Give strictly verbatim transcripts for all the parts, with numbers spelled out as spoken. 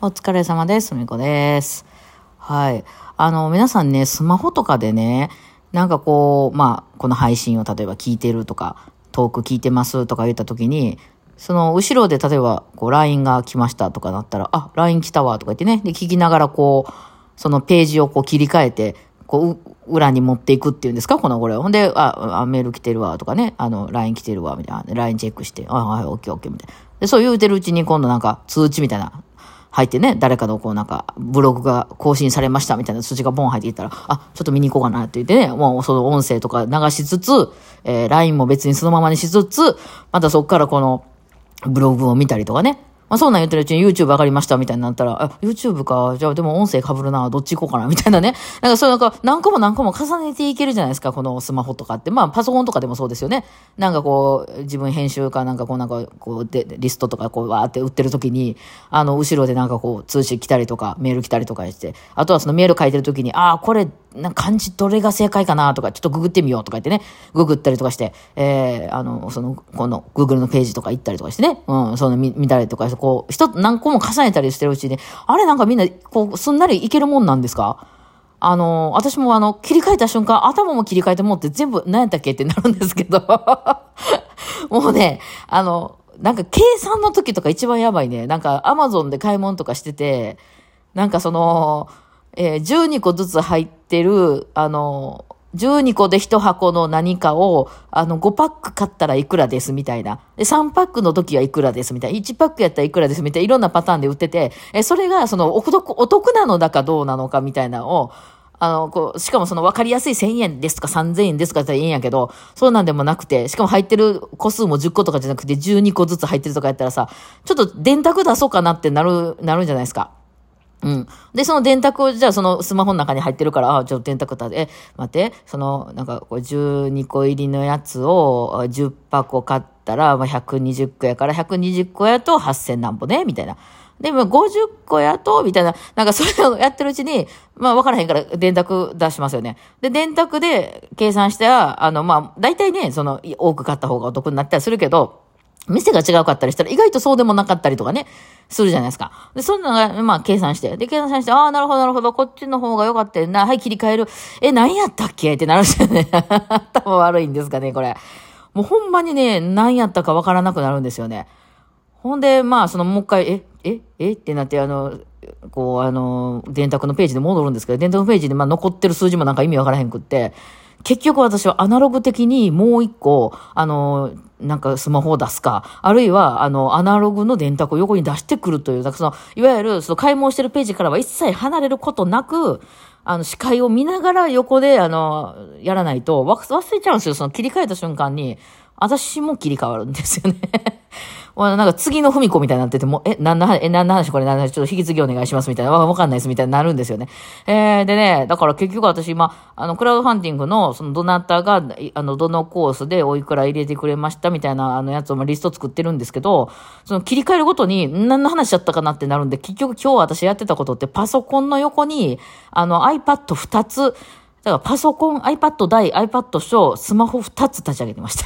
お疲れ様です。みこです。はい。あの、皆さんね、スマホとかでね、なんかこう、まあ、この配信を例えば聞いてるとか、トーク聞いてますとか言った時に、その後ろで例えば、こう、ライン が来ましたとかなったら、あ、ライン 来たわとか言ってね、で、聞きながらこう、そのページをこう切り替えて、こう、裏に持っていくっていうんですかこのこれを。ほんで、あ、あメール来てるわとかね、あの、ライン 来てるわみたいな。ライン チェックして、あ、はい、オッケーオッケーみたいな。で、そう言うてるうちに今度なんか通知みたいな、入ってね、誰かのこうなんか、ブログが更新されましたみたいな通知がボン入っていったら、あ、ちょっと見に行こうかなって言ってね、もうその音声とか流しつつ、えー、ライン も別にそのままにしつつ、またそっからこの、ブログを見たりとかね。まあそんなん言ってるうちに YouTube 上がりましたみたいになったら、あ、YouTube か、じゃあでも音声被るな、どっち行こうかな、みたいなね。なんかそうなんか何個も何個も重ねていけるじゃないですか、このスマホとかって。まあパソコンとかでもそうですよね。なんかこう、自分編集かなんかこうなんかこうで、リストとかこうわーって売ってる時に、あの、後ろでなんかこう通知来たりとか、メール来たりとかして、あとはそのメール書いてる時に、ああ、これ、な漢字どれが正解かなとか、ちょっとググってみようとか言ってね、ググったりとかして、えー、あの、その、この、Google のページとか行ったりとかしてね、うん、その見、見たりとかして、こう、一つ何個も重ねたりしてるうちに、あれなんかみんな、こう、すんなりいけるもんなんですか？あの、私もあの、切り替えた瞬間、頭も切り替えてもって全部何やったっけってなるんですけど、もうね、あの、なんか計算の時とか一番やばいね。なんか Amazon で買い物とかしてて、なんかその、えー、じゅうにこずつ入ってる、あの、じゅうにこでいち箱の何かを、あの、ごパック買ったらいくらですみたいな。で、さんパックの時はいくらですみたいな。いちパックやったらいくらですみたいな。いろんなパターンで売ってて、え、それが、その、お得、お得なのだかどうなのかみたいなのを、あの、こう、しかもその分かりやすいせんえんですとかさんぜんえんですとかだったらいいんやけど、そうなんでもなくて、しかも入ってる個数もじゅっことかじゃなくてじゅうにこずつ入ってるとかやったらさ、ちょっと電卓出そうかなってなる、なるんじゃないですか。うん。で、その電卓を、じゃあそのスマホの中に入ってるから、あ、ちょっと電卓立て、え、待って、その、なんかこうじゅうにこ入りのやつをじゅっぱこ買ったら、まあ、ひゃくにじゅっこやからひゃくにじゅっこやとはっせんなんぼね、みたいな。で、まあ、ごじゅっこやと、みたいな、なんかそれをやってるうちに、まあ、わからへんから電卓出しますよね。で、電卓で計算したら、あの、まあ、大体ね、その、多く買った方がお得になったりするけど、店が違うかったりしたら意外とそうでもなかったりとかね、するじゃないですか。で、そんなのが、まあ、計算して。で、計算して、ああ、なるほど、なるほど、こっちの方が良かったよな。はい、切り替える。え、何やったっけってなるんですよね。頭悪いんですかね、これ。もうほんまにね、何やったかわからなくなるんですよね。ほんで、まあ、その、もう一回、え、え、えってなって、あの、こう、あの、電卓のページで戻るんですけど、電卓のページで、まあ、残ってる数字もなんか意味わからへんくって、結局私はアナログ的にもう一個、あの、なんかスマホを出すか、あるいは、あの、アナログの電卓を横に出してくるという、だからその、いわゆる、その買い物してるページからは一切離れることなく、あの、視界を見ながら横で、あの、やらないと、わ忘れちゃうんですよ。その切り替えた瞬間に、私も切り替わるんですよね。なんか次の踏み子みたいになってても、え、何の話、え、何の話これ何の話ちょっと引き継ぎお願いしますみたいな、わ、わかんないですみたいになるんですよね。えー、でね、だから結局私今、あの、クラウドファンディングの、そのどなたが、あの、どのコースでおいくら入れてくれましたみたいな、あの、やつを、まあ、リスト作ってるんですけど、その切り替えるごとに、何の話だったかなってなるんで、結局今日私やってたことってパソコンの横に、あの、アイパッドふたつ、だからパソコン、iPad 大、iPad 小、スマホふたつ立ち上げてました。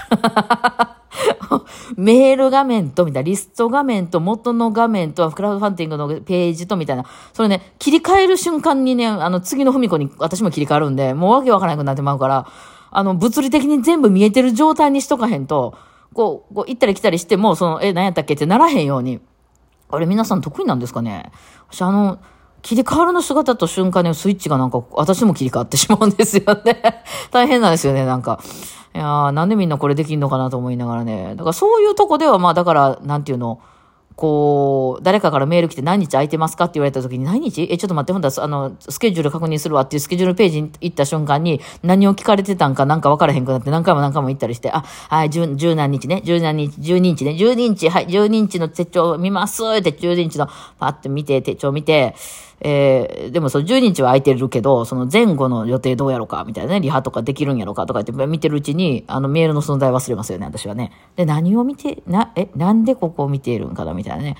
メール画面と、みたいな、リスト画面と、元の画面と、クラウドファンディングのページと、みたいな。それね、切り替える瞬間にね、あの、次の踏み子に私も切り替わるんで、もうわけわからなくなってまうから、あの、物理的に全部見えてる状態にしとかへんと、こう、こう行ったり来たりしても、その、え、何やったっけってならへんように。あれ、皆さん得意なんですかね？私、あの、切り替わるの姿と瞬間にスイッチがなんか、私も切り替わってしまうんですよね。大変なんですよね、なんか。いやー、なんでみんなこれできんのかなと思いながらね。だからそういうとこでは、まあだから、なんていうの、こう、誰かからメール来て何日空いてますかって言われた時に何日え、ちょっと待って、ほんだら、あの、スケジュール確認するわっていうスケジュールページに行った瞬間に何を聞かれてたんかなんか分からへんくなって何回も何回も行ったりして、あ、はい、十、十何日ね、十何日、十二日ね、十二日、はい、十二日の手帳見ますって、十二日のパッと見て、手帳見て、えー、でもそのじゅうにちは空いてるけど、その前後の予定どうやろうかみたいなね、リハとかできるんやろうかとか言って見てるうちに、あのメールの存在忘れますよね、私はね。で、何を見て、な、え、なんでここを見ているんかなみたいなね。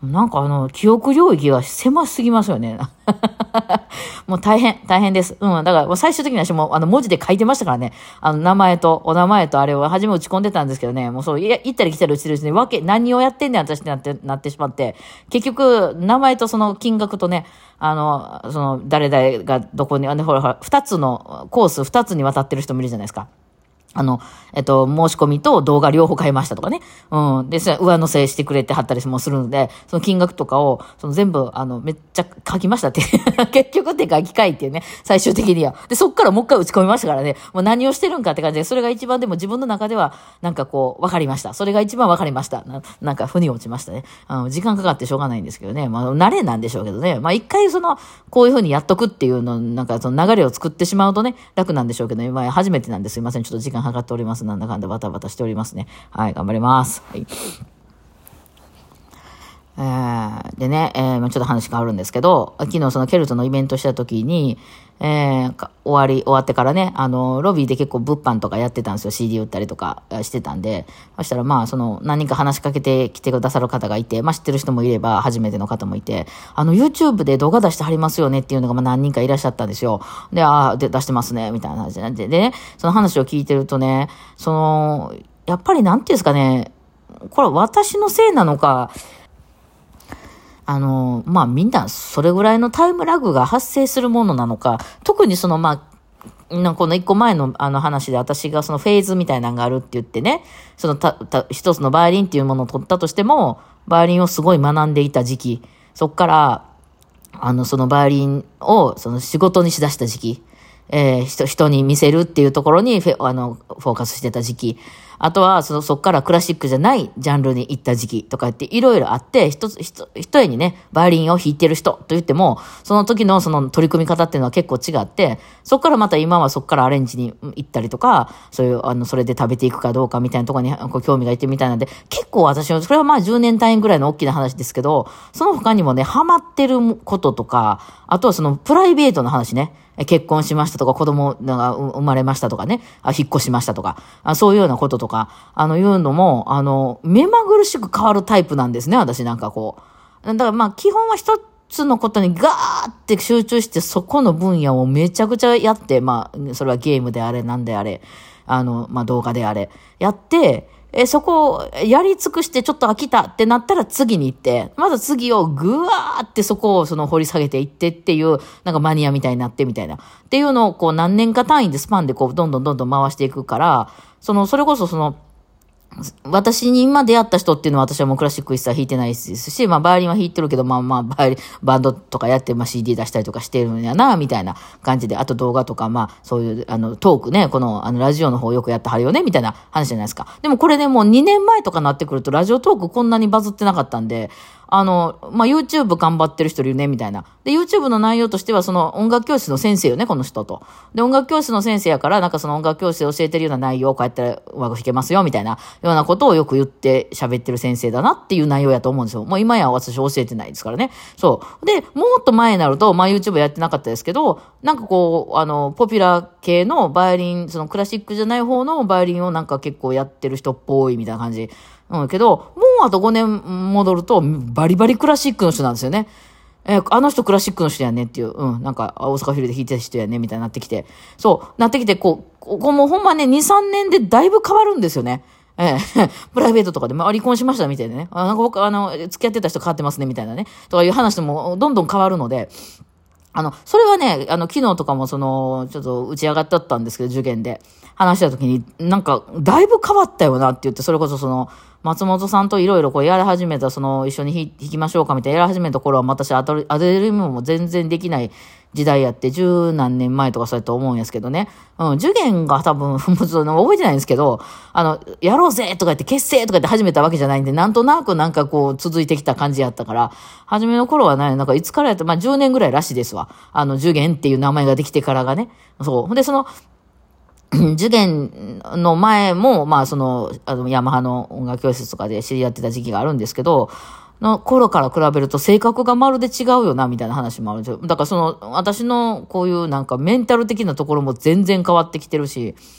なんかあの、記憶領域が狭すぎますよね。もう大変、大変です。うん。だから、最終的には私も、あの、文字で書いてましたからね。あの、名前と、お名前とあれを初め打ち込んでたんですけどね。もうそう、いや行ったり来たりしてるうちに、わけ、何をやってんねん、私ってなって、なってしまって。結局、名前とその金額とね、あの、その、誰々がどこに、あの、ほらほら、二つの、コース二つに渡ってる人もいるじゃないですか。あの、えっと、申し込みと動画両方買いましたとかね。うん。で、上乗せしてくれてはったりもするので、その金額とかを、その全部、あの、めっちゃ書きましたって。結局って書き換えっていうね、最終的には。で、そっからもう一回打ち込みましたからね。もう何をしてるんかって感じで、それが一番でも自分の中では、なんかこう、わかりました。それが一番わかりました。ななんか、腑に落ちましたね。あの、時間かかってしょうがないんですけどね。まあ、慣れなんでしょうけどね。まあ、一回その、こういうふうにやっとくっていうの、なんかその流れを作ってしまうとね、楽なんでしょうけど、今初めてなんですいません。ちょっと時間かかっております。なんだかんだバタバタしておりますね。はい、頑張ります。はい。えー、でね、えー、ちょっと話変わるんですけど、昨日そのケルトのイベントした時に、えー、終わり、終わってからね、あの、ロビーで結構物販とかやってたんですよ。シーディー 売ったりとかしてたんで、そしたらまあ、その、何人か話しかけてきてくださる方がいて、まあ知ってる人もいれば、初めての方もいて、あの、YouTube で動画出してはりますよねっていうのがまあ何人かいらっしゃったんですよ。で、ああ、で、出してますね、みたいな話で、でね、その話を聞いてるとね、その、やっぱりなんていうんですかね、これ私のせいなのか、あの、まあ、みんなそれぐらいのタイムラグが発生するものなのか、特にその、まあ、なんかこの一個前のあの話で私がそのフェーズみたいなのがあるって言ってね、そのた、た、一つのバイオリンっていうものを取ったとしても、バイオリンをすごい学んでいた時期、そっから、あの、そのバイオリンをその仕事にしだした時期、えー、人、人に見せるっていうところにフェ、あの、フォーカスしてた時期。あとは、その、そっからクラシックじゃないジャンルに行った時期とかっていろいろあって、一つ、一、一重にね、バイオリンを弾いてる人と言っても、その時のその取り組み方っていうのは結構違って、そっからまた今はそっからアレンジに行ったりとか、そういう、あの、それで食べていくかどうかみたいなところにこう興味がいってみたいなんで、結構私は、それはまあじゅうねん単位ぐらいの大きな話ですけど、その他にもね、ハマってることとか、あとはそのプライベートの話ね、結婚しましたとか、子供が生まれましたとかね、あ引っ越しましたとか、あそういうようなこととか、あの、いうのも、あの、目まぐるしく変わるタイプなんですね、私なんかこう。だからまあ、基本は一つのことにガーって集中して、そこの分野をめちゃくちゃやって、まあ、それはゲームであれ、なんであれ、あの、まあ、動画であれ、やって、え、そこをやり尽くしてちょっと飽きたってなったら次に行って、まず次をぐわーってそこをその掘り下げていってっていう、なんかマニアみたいになってみたいな。っていうのをこう何年か単位でスパンでこうどんどんどんどん回していくから、その、それこそその、私に今出会った人っていうのは私はもうクラシック一切弾いてないですし、まあバイオリンは弾いてるけど、まあまあバイオリン、バンドとかやって、まあ シーディー 出したりとかしてるんやな、みたいな感じで、あと動画とか、まあそういうあのトークね、このあのラジオの方よくやってはるよね、みたいな話じゃないですか。でもこれね、もうにねんまえとかなってくるとラジオトークこんなにバズってなかったんで、あの、まあ、YouTube 頑張ってる人いるね、みたいな。で、YouTube の内容としては、その音楽教室の先生よね、この人と。で、音楽教室の先生やから、なんかその音楽教室で教えてるような内容をこうやってうまく弾けますよ、みたいな、ようなことをよく言って喋ってる先生だなっていう内容やと思うんですよ。もう今や私教えてないですからね。そう。で、もっと前になると、まあ、YouTube やってなかったですけど、なんかこう、あの、ポピュラー系のバイオリン、そのクラシックじゃない方のバイオリンをなんか結構やってる人っぽいみたいな感じ。うん、けど、もうあとごねん戻ると、バリバリクラシックの人なんですよね。えー、あの人クラシックの人やねっていう、うん、なんか、大阪フィルで弾いてた人やね、みたいになってきて。そう、なってきて、こう、ここもほんまね、に、さんねんでだいぶ変わるんですよね。ええ、プライベートとかで、まあ、離婚しましたみたいなね。あ、なんか僕、あの、付き合ってた人変わってますね、みたいなね。とかいう話もどんどん変わるので、あの、それはね、あの、昨日とかもその、ちょっと打ち上がってったんですけど、受験で話した時に、なんか、だいぶ変わったよなって言って、それこそその、松本さんといろいろこうやり始めた、その、一緒に弾きましょうかみたいなやり始めた頃は、私、アドリブも全然できない時代やって、十何年前とかそうやって思うんですけどね。うん、受験が多分、もう覚えてないんですけど、あの、やろうぜとか言って、結成とか言って始めたわけじゃないんで、なんとなくなんかこう、続いてきた感じやったから、初めの頃はね、なんかいつからやって、まあじゅうねんぐらいらしいですわ。あの、受験っていう名前ができてからがね。そう。で、その、受験の前も、まあその、あの、ヤマハの音楽教室とかで知り合ってた時期があるんですけど、の頃から比べると性格がまるで違うよな、みたいな話もあるんですよ。だからその、私のこういうなんかメンタル的なところも全然変わってきてるし、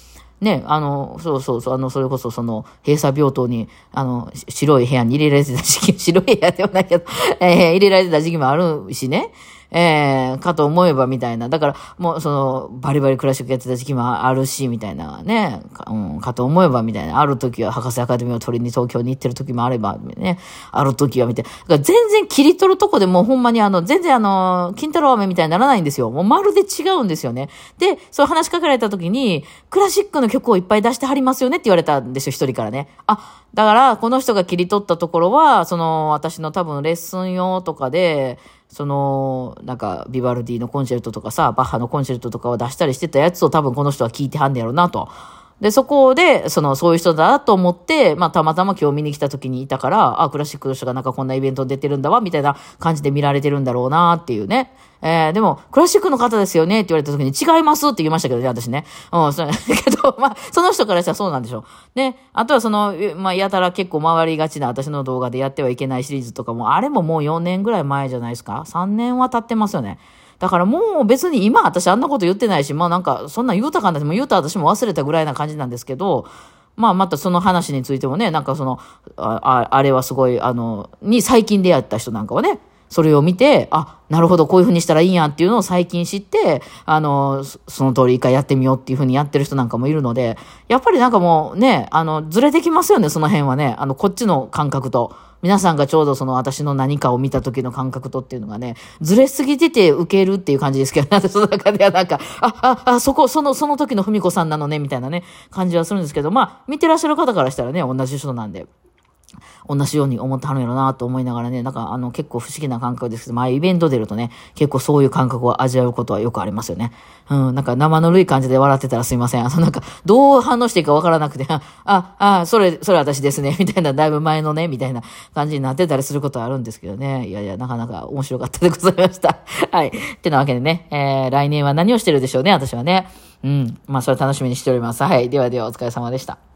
ね、あの、そうそうそう、あの、それこそその、閉鎖病棟に、あの、白い部屋に入れられてた時期、白い部屋ではないけど、えー、入れられてた時期もあるしね。えー、かと思えばみたいな。だから、もうその、バリバリクラシックやってた時期もあるし、みたいなね。か、うん、かと思えばみたいな。ある時は博士アカデミーを取りに東京に行ってる時もあれば、ね。ある時はみたいな。だから全然切り取るとこでもうほんまにあの、全然あの、金太郎飴みたいにならないんですよ。もうまるで違うんですよね。で、そう話しかけられた時に、クラシックの曲をいっぱい出してはりますよねって言われたんですよ、一人からね。あ、だから、この人が切り取ったところは、その、私の多分レッスン用とかで、その、なんか、ビバルディのコンチェルトとかさ、バッハのコンチェルトとかを出したりしてたやつを多分この人は聞いてはんねやろうなと。で、そこで、その、そういう人だと思って、まあ、たまたま今日見に来た時にいたから、あ、クラシックの人がなんかこんなイベントに出てるんだわ、みたいな感じで見られてるんだろうな、っていうね。えー、でも、クラシックの方ですよね、って言われた時に違いますって言いましたけどね、私ね。うん、それ、けど、まあ、その人からしたらそうなんでしょう。ね。あとはその、まあ、やたら結構回りがちな私の動画でやってはいけないシリーズとかも、あれももうよねんぐらい前じゃないですか。さんねんは経ってますよね。だからもう別に今私あんなこと言ってないし、まあなんかそんな言うたかなっても言うた私も忘れたぐらいな感じなんですけど、まあまたその話についてもね、なんかその、あ、あれはすごい、あの、に最近出会った人なんかはね、それを見て、あ、なるほど、こういう風にしたらいいやんっていうのを最近知って、あの、その通り一回やってみようっていう風にやってる人なんかもいるので、やっぱりなんかもうね、あの、ずれてきますよね、その辺はね。あの、こっちの感覚と。皆さんがちょうどその私の何かを見た時の感覚とっていうのがね、ずれすぎてて受けるっていう感じですけど、ね、その中ではなんか、あ、あ、あ、そこ、その、その時の文子さんなのね、みたいなね、感じはするんですけど、まあ、見てらっしゃる方からしたらね、同じ人なんで。同じように思ってはるんやろなと思いながらね、なんかあの結構不思議な感覚ですけど、まあイベント出るとね、結構そういう感覚を味わうことはよくありますよね。うん、なんか生ぬるい感じで笑ってたらすいません。あのなんかどう反応していいかわからなくて、あ、あ、それ、それ私ですね、みたいな、だいぶ前のね、みたいな感じになってたりすることはあるんですけどね。いやいや、なかなか面白かったでございました。はい。ってなわけでね、えー、来年は何をしてるでしょうね、私はね。うん。まあそれ楽しみにしております。はい。ではではお疲れ様でした。